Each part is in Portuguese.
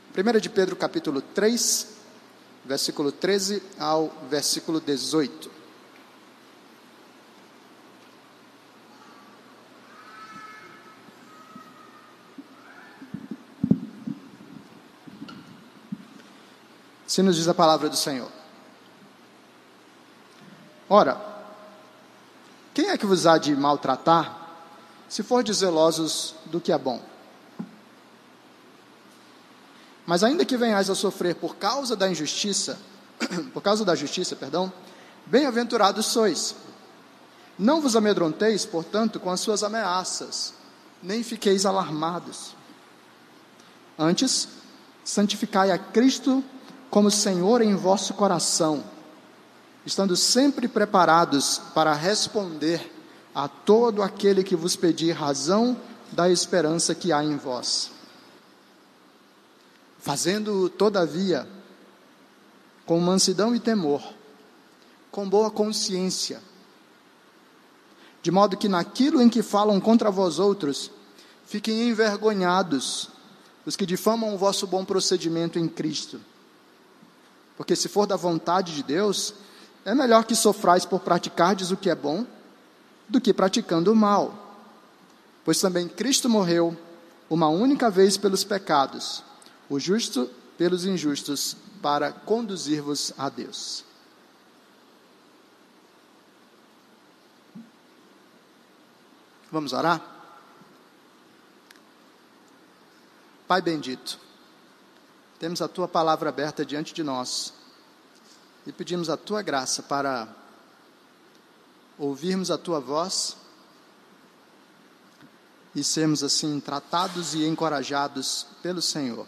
1 de Pedro capítulo 3, versículo 13 ao versículo 18. Assim nos diz a palavra do Senhor. Ora, quem é que vos há de maltratar, se fordes zelosos do que é bom? Mas ainda que venhais a sofrer por causa da justiça, bem-aventurados sois. Não vos amedronteis, portanto, com as suas ameaças, nem fiqueis alarmados. Antes, santificai a Cristo como Senhor em vosso coração, estando sempre preparados para responder a todo aquele que vos pedir razão da esperança que há em vós. Fazendo, todavia, com mansidão e temor, com boa consciência, de modo que naquilo em que falam contra vós outros, fiquem envergonhados os que difamam o vosso bom procedimento em Cristo. Porque se for da vontade de Deus, é melhor que sofrais por praticardes o que é bom, do que praticando o mal. Pois também Cristo morreu uma única vez pelos pecados, o justo pelos injustos, para conduzir-vos a Deus. Vamos orar? Pai bendito, temos a Tua palavra aberta diante de nós e pedimos a Tua graça para ouvirmos a Tua voz e sermos assim tratados e encorajados pelo Senhor.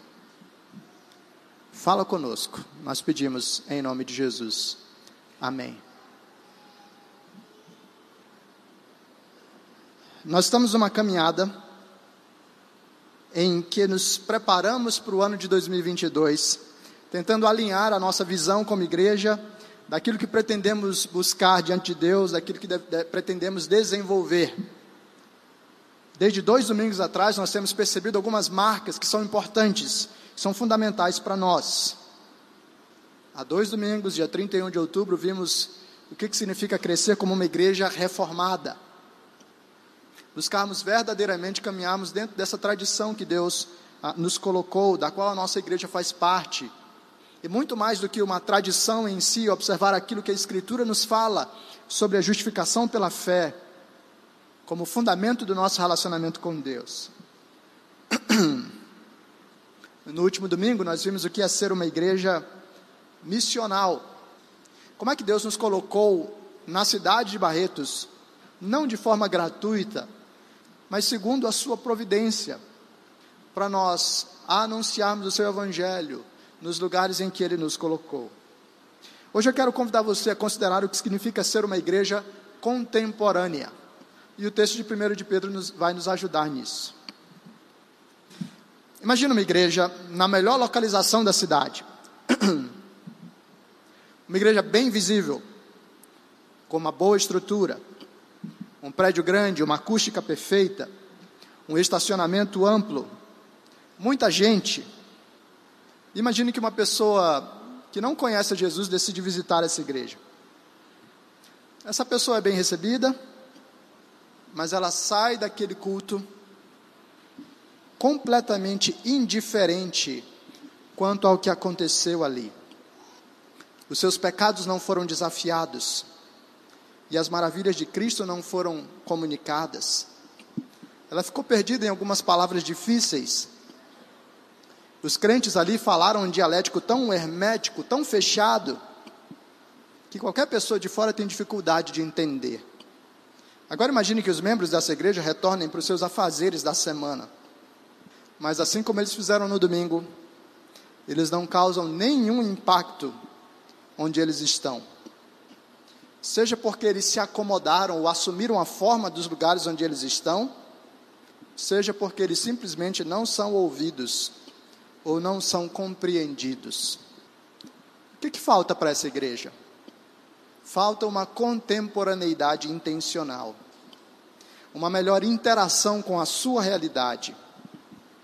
Fala conosco, nós pedimos em nome de Jesus. Amém. Nós estamos numa caminhada em que nos preparamos para o ano de 2022, tentando alinhar a nossa visão como igreja, daquilo que pretendemos buscar diante de Deus, daquilo que pretendemos desenvolver. Desde 2 domingos atrás, nós temos percebido algumas marcas que são importantes, que são fundamentais para nós. Há 2 domingos, dia 31 de outubro, vimos o que significa crescer como uma igreja reformada. Buscarmos verdadeiramente caminharmos dentro dessa tradição que Deus nos colocou, da qual a nossa igreja faz parte. E muito mais do que uma tradição em si, observar aquilo que a Escritura nos fala sobre a justificação pela fé, como fundamento do nosso relacionamento com Deus. No último domingo nós vimos o que é ser uma igreja missional. Como é que Deus nos colocou na cidade de Barretos, não de forma gratuita, mas segundo a sua providência, para nós anunciarmos o seu evangelho nos lugares em que Ele nos colocou. Hoje eu quero convidar você a considerar o que significa ser uma igreja contemporânea. E o texto de 1 de Pedro vai nos ajudar nisso. Imagina uma igreja na melhor localização da cidade. Uma igreja bem visível, com uma boa estrutura, um prédio grande, uma acústica perfeita, um estacionamento amplo, muita gente. Imagine que uma pessoa que não conhece Jesus decide visitar essa igreja. Essa pessoa é bem recebida, mas ela sai daquele culto completamente indiferente quanto ao que aconteceu ali. Os seus pecados não foram desafiados, e as maravilhas de Cristo não foram comunicadas. Ela ficou perdida em algumas palavras difíceis. Os crentes ali falaram um dialético tão hermético, tão fechado, que qualquer pessoa de fora tem dificuldade de entender. Agora imagine que os membros dessa igreja retornem para os seus afazeres da semana. Mas assim como eles fizeram no domingo, eles não causam nenhum impacto onde eles estão. Seja porque eles se acomodaram ou assumiram a forma dos lugares onde eles estão, seja porque eles simplesmente não são ouvidos ou não são compreendidos. O que falta para essa igreja? Falta uma contemporaneidade intencional, uma melhor interação com a sua realidade.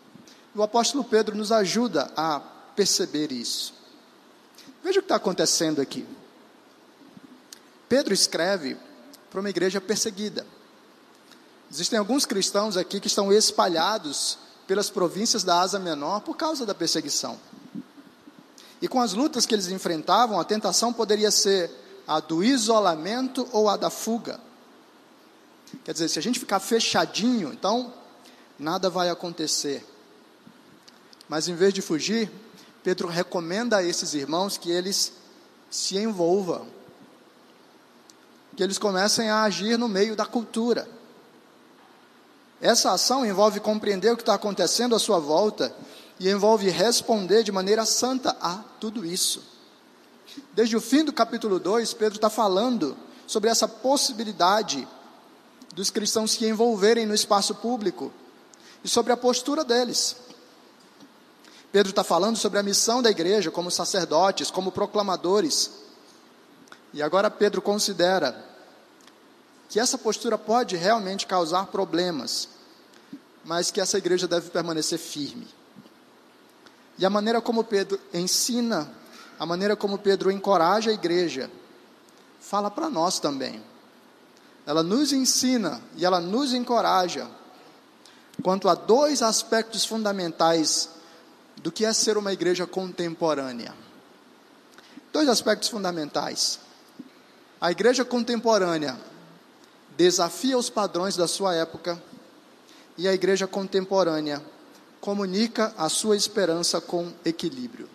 O apóstolo Pedro nos ajuda a perceber isso. Veja o que está acontecendo aqui. Pedro escreve para uma igreja perseguida. Existem alguns cristãos aqui que estão espalhados pelas províncias da Ásia Menor por causa da perseguição. E com as lutas que eles enfrentavam, a tentação poderia ser a do isolamento ou a da fuga. Quer dizer, se a gente ficar fechadinho, então nada vai acontecer. Mas em vez de fugir, Pedro recomenda a esses irmãos que eles se envolvam, que eles comecem a agir no meio da cultura. Essa ação envolve compreender o que está acontecendo à sua volta e envolve responder de maneira santa a tudo isso. Desde o fim do capítulo 2, Pedro está falando sobre essa possibilidade dos cristãos se envolverem no espaço público e sobre a postura deles. Pedro está falando sobre a missão da igreja como sacerdotes, como proclamadores. E agora Pedro considera que essa postura pode realmente causar problemas, mas que essa igreja deve permanecer firme. E a maneira como Pedro ensina, a maneira como Pedro encoraja a igreja, fala para nós também. Ela nos ensina e ela nos encoraja quanto a dois aspectos fundamentais do que é ser uma igreja contemporânea. Dois aspectos fundamentais. A igreja contemporânea desafia os padrões da sua época e a igreja contemporânea comunica a sua esperança com equilíbrio.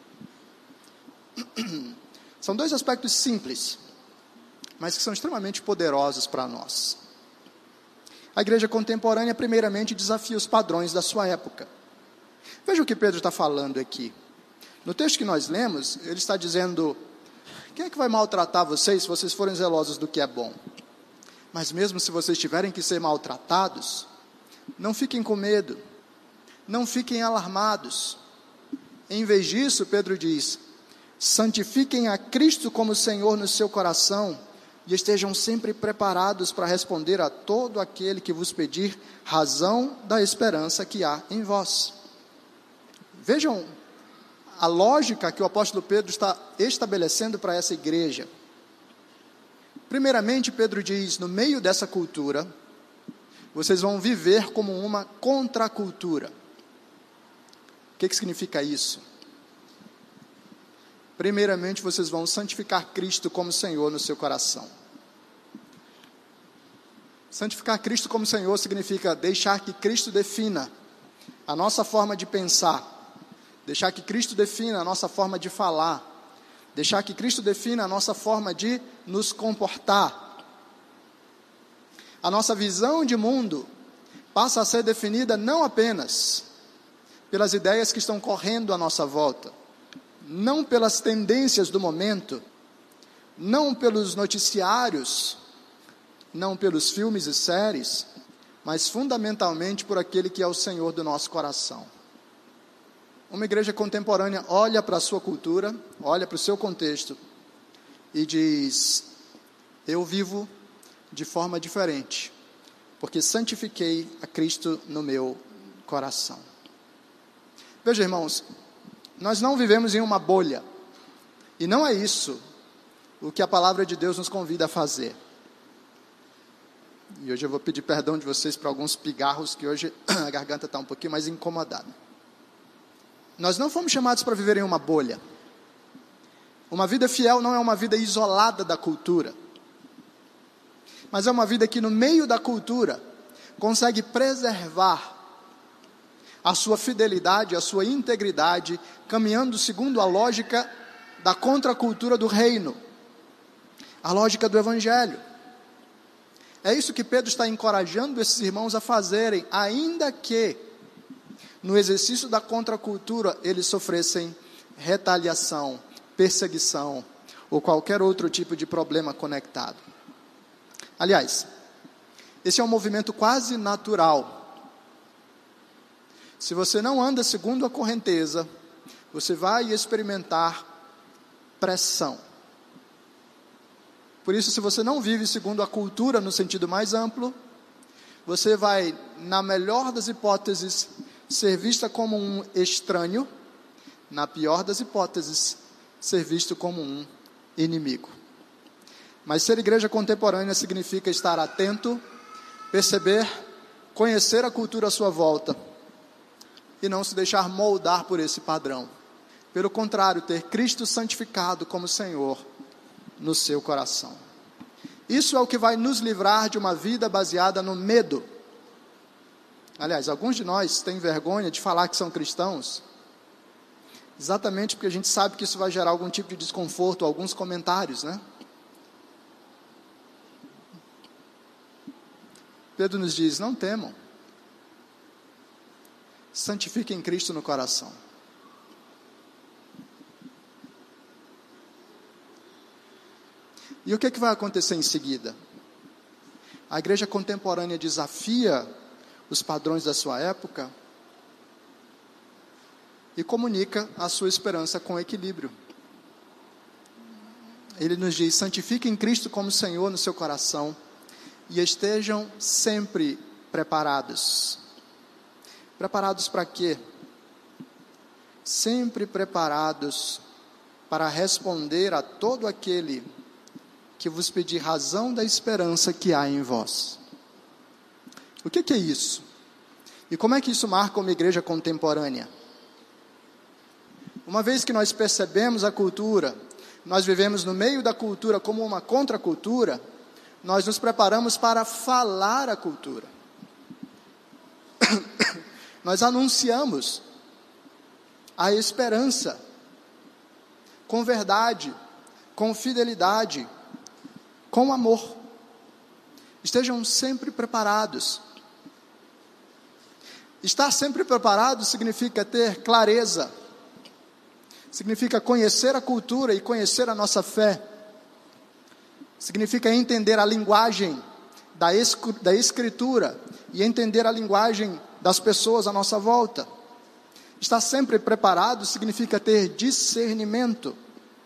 São dois aspectos simples, mas que são extremamente poderosos para nós. A igreja contemporânea, primeiramente, desafia os padrões da sua época. Veja o que Pedro está falando aqui. No texto que nós lemos, ele está dizendo: quem é que vai maltratar vocês se vocês forem zelosos do que é bom? Mas mesmo se vocês tiverem que ser maltratados, não fiquem com medo, não fiquem alarmados. Em vez disso, Pedro diz: santifiquem a Cristo como Senhor no seu coração e estejam sempre preparados para responder a todo aquele que vos pedir razão da esperança que há em vós. Vejam a lógica que o apóstolo Pedro está estabelecendo para essa igreja. Primeiramente, Pedro diz: no meio dessa cultura, vocês vão viver como uma contracultura. O que significa isso? Primeiramente, vocês vão santificar Cristo como Senhor no seu coração. Santificar Cristo como Senhor significa deixar que Cristo defina a nossa forma de pensar, deixar que Cristo defina a nossa forma de falar, deixar que Cristo defina a nossa forma de nos comportar. A nossa visão de mundo passa a ser definida não apenas pelas ideias que estão correndo à nossa volta, não pelas tendências do momento, não pelos noticiários, não pelos filmes e séries, mas fundamentalmente por aquele que é o Senhor do nosso coração. Uma igreja contemporânea olha para a sua cultura, olha para o seu contexto e diz: eu vivo de forma diferente, porque santifiquei a Cristo no meu coração. Veja, irmãos, nós não vivemos em uma bolha, e não é isso o que a palavra de Deus nos convida a fazer. E hoje eu vou pedir perdão de vocês para alguns pigarros, que hoje a garganta está um pouquinho mais incomodada. Nós não fomos chamados para viver em uma bolha. Uma vida fiel não é uma vida isolada da cultura, mas é uma vida que no meio da cultura consegue preservar a sua fidelidade, a sua integridade, caminhando segundo a lógica da contracultura do reino, a lógica do evangelho. É isso que Pedro está encorajando esses irmãos a fazerem, ainda que no exercício da contracultura eles sofressem retaliação, perseguição ou qualquer outro tipo de problema conectado. Aliás, esse é um movimento quase natural. Se você não anda segundo a correnteza, você vai experimentar pressão. Por isso, se você não vive segundo a cultura no sentido mais amplo, você vai, na melhor das hipóteses, ser vista como um estranho, na pior das hipóteses, ser visto como um inimigo. Mas ser igreja contemporânea significa estar atento, perceber, conhecer a cultura à sua volta e não se deixar moldar por esse padrão. Pelo contrário, ter Cristo santificado como Senhor no seu coração. Isso é o que vai nos livrar de uma vida baseada no medo. Aliás, alguns de nós têm vergonha de falar que são cristãos, exatamente porque a gente sabe que isso vai gerar algum tipo de desconforto, alguns comentários, né? Pedro nos diz: não temam, santifiquem Cristo no coração. E o que vai acontecer em seguida? A igreja contemporânea desafia os padrões da sua época e comunica a sua esperança com equilíbrio. Ele nos diz: santifiquem Cristo como Senhor no seu coração e estejam sempre preparados. Preparados para quê? Sempre preparados para responder a todo aquele que vos pedir razão da esperança que há em vós. O que é isso? E como é que isso marca uma igreja contemporânea? Uma vez que nós percebemos a cultura, nós vivemos no meio da cultura como uma contracultura, nós nos preparamos para falar a cultura. Nós anunciamos a esperança com verdade, com fidelidade, com amor. Estejam sempre preparados. Estar sempre preparado significa ter clareza, significa conhecer a cultura e conhecer a nossa fé, significa entender a linguagem da Escritura e entender a linguagem das pessoas à nossa volta. Estar sempre preparado significa ter discernimento.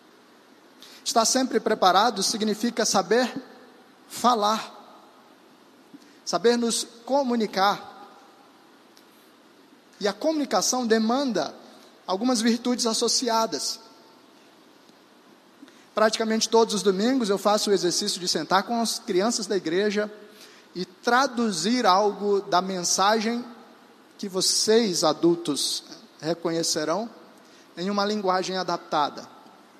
Estar sempre preparado significa saber falar, saber nos comunicar. E a comunicação demanda algumas virtudes associadas. Praticamente todos os domingos eu faço o exercício de sentar com as crianças da igreja e traduzir algo da mensagem que vocês, adultos, reconhecerão em uma linguagem adaptada.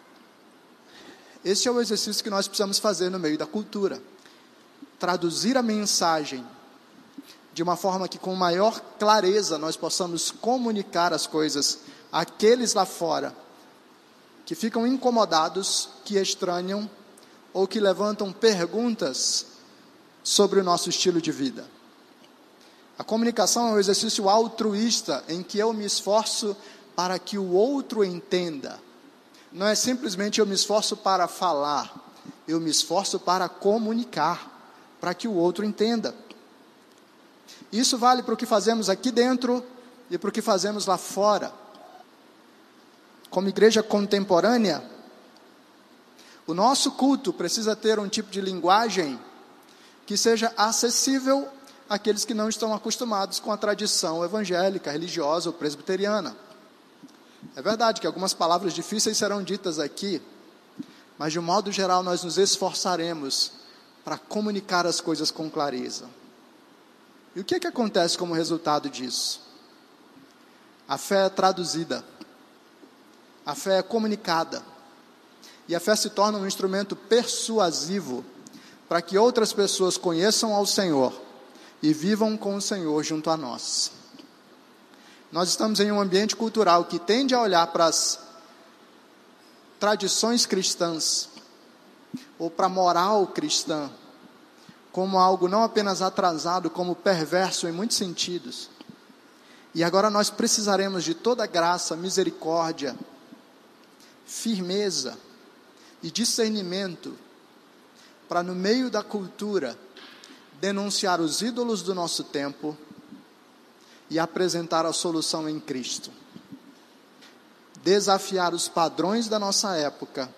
Esse é o exercício que nós precisamos fazer no meio da cultura. Traduzir a mensagem de uma forma que com maior clareza nós possamos comunicar as coisas àqueles lá fora que ficam incomodados, que estranham ou que levantam perguntas sobre o nosso estilo de vida. A comunicação é um exercício altruísta em que eu me esforço para que o outro entenda. Não é simplesmente eu me esforço para falar, eu me esforço para comunicar, para que o outro entenda. Isso vale para o que fazemos aqui dentro e para o que fazemos lá fora. Como igreja contemporânea, o nosso culto precisa ter um tipo de linguagem que seja acessível àqueles que não estão acostumados com a tradição evangélica, religiosa ou presbiteriana. É verdade que algumas palavras difíceis serão ditas aqui, mas de um modo geral nós nos esforçaremos para comunicar as coisas com clareza. E o que acontece como resultado disso? A fé é traduzida, a fé é comunicada, e a fé se torna um instrumento persuasivo para que outras pessoas conheçam ao Senhor e vivam com o Senhor junto a nós. Nós estamos em um ambiente cultural que tende a olhar para as tradições cristãs, ou para a moral cristã, como algo não apenas atrasado, como perverso em muitos sentidos. E agora nós precisaremos de toda graça, misericórdia, firmeza e discernimento, para no meio da cultura, denunciar os ídolos do nosso tempo, e apresentar a solução em Cristo. Desafiar os padrões da nossa época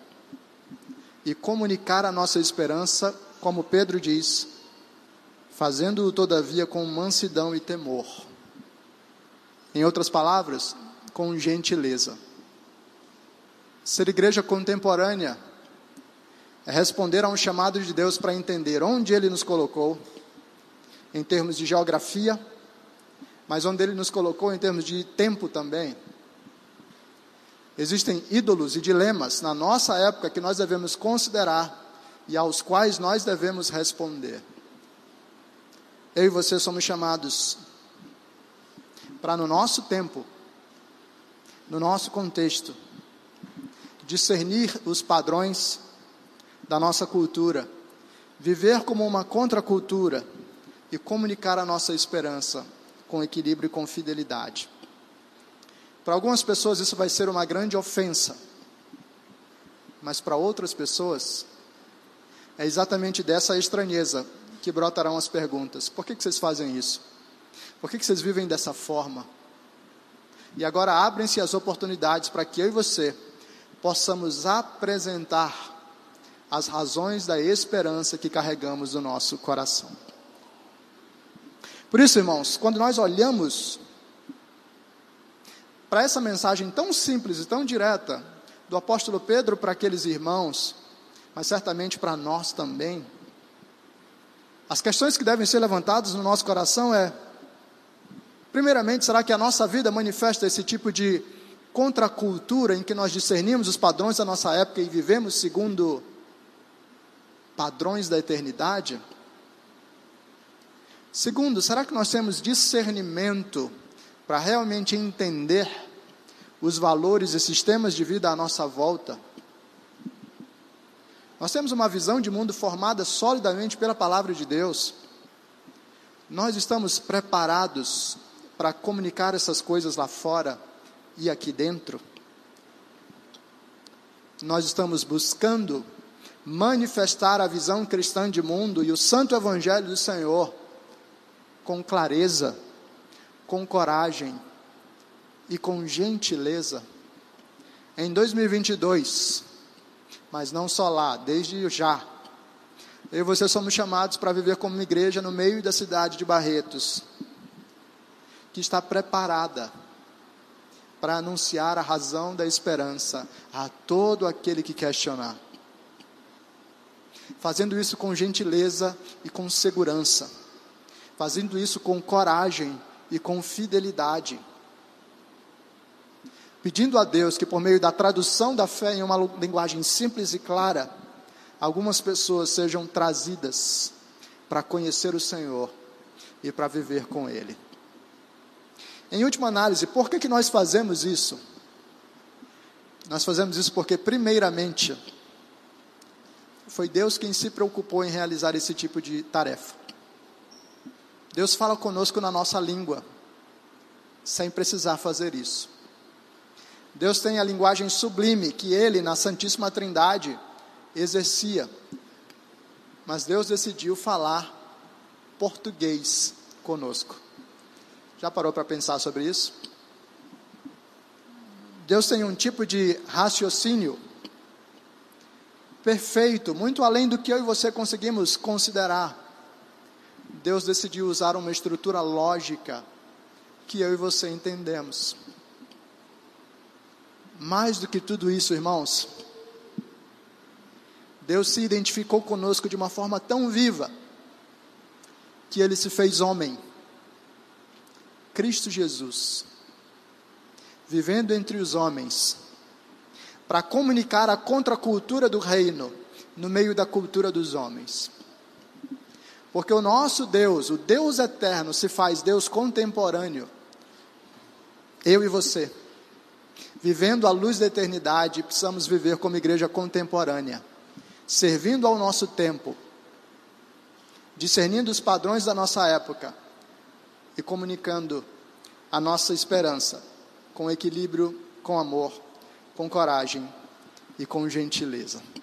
e comunicar a nossa esperança, como Pedro diz, fazendo-o todavia com mansidão e temor. Em outras palavras, com gentileza. Ser igreja contemporânea é responder a um chamado de Deus para entender onde Ele nos colocou, em termos de geografia, mas onde Ele nos colocou em termos de tempo também. Existem ídolos e dilemas na nossa época que nós devemos considerar e aos quais nós devemos responder. Eu e você somos chamados para, no nosso tempo, no nosso contexto, discernir os padrões da nossa cultura, viver como uma contracultura e comunicar a nossa esperança com equilíbrio e com fidelidade. Para algumas pessoas isso vai ser uma grande ofensa, mas para outras pessoas é exatamente dessa estranheza que brotarão as perguntas: por que vocês fazem isso? Por que vocês vivem dessa forma? E agora abrem-se as oportunidades para que eu e você possamos apresentar as razões da esperança que carregamos no nosso coração. Por isso, irmãos, quando nós olhamos para essa mensagem tão simples e tão direta do apóstolo Pedro para aqueles irmãos, mas certamente para nós também, as questões que devem ser levantadas no nosso coração primeiramente, será que a nossa vida manifesta esse tipo de contracultura em que nós discernimos os padrões da nossa época e vivemos segundo padrões da eternidade? Segundo, será que nós temos discernimento para realmente entender os valores e sistemas de vida à nossa volta? Nós temos uma visão de mundo formada solidamente pela palavra de Deus. Nós estamos preparados para comunicar essas coisas lá fora e aqui dentro? Nós estamos buscando manifestar a visão cristã de mundo e o santo evangelho do Senhor com clareza, com coragem e com gentileza. Em 2022, mas não só lá, desde já, eu e você somos chamados para viver como uma igreja no meio da cidade de Barretos, que está preparada para anunciar a razão da esperança a todo aquele que questionar. Fazendo isso com gentileza e com segurança. Fazendo isso com coragem e com fidelidade. Pedindo a Deus que, por meio da tradução da fé em uma linguagem simples e clara, algumas pessoas sejam trazidas para conhecer o Senhor e para viver com Ele. Em última análise, por que nós fazemos isso? Nós fazemos isso porque, primeiramente, foi Deus quem se preocupou em realizar esse tipo de tarefa. Deus fala conosco na nossa língua, sem precisar fazer isso. Deus tem a linguagem sublime que Ele, na Santíssima Trindade, exercia. Mas Deus decidiu falar português conosco. Já parou para pensar sobre isso? Deus tem um tipo de raciocínio perfeito, muito além do que eu e você conseguimos considerar. Deus decidiu usar uma estrutura lógica que eu e você entendemos. Mais do que tudo isso, irmãos, Deus se identificou conosco de uma forma tão viva que Ele se fez homem. Cristo Jesus, vivendo entre os homens, para comunicar a contracultura do reino no meio da cultura dos homens. Porque o nosso Deus, o Deus eterno, se faz Deus contemporâneo. Eu e você, vivendo à luz da eternidade, precisamos viver como igreja contemporânea, servindo ao nosso tempo, discernindo os padrões da nossa época e comunicando a nossa esperança com equilíbrio, com amor, com coragem e com gentileza.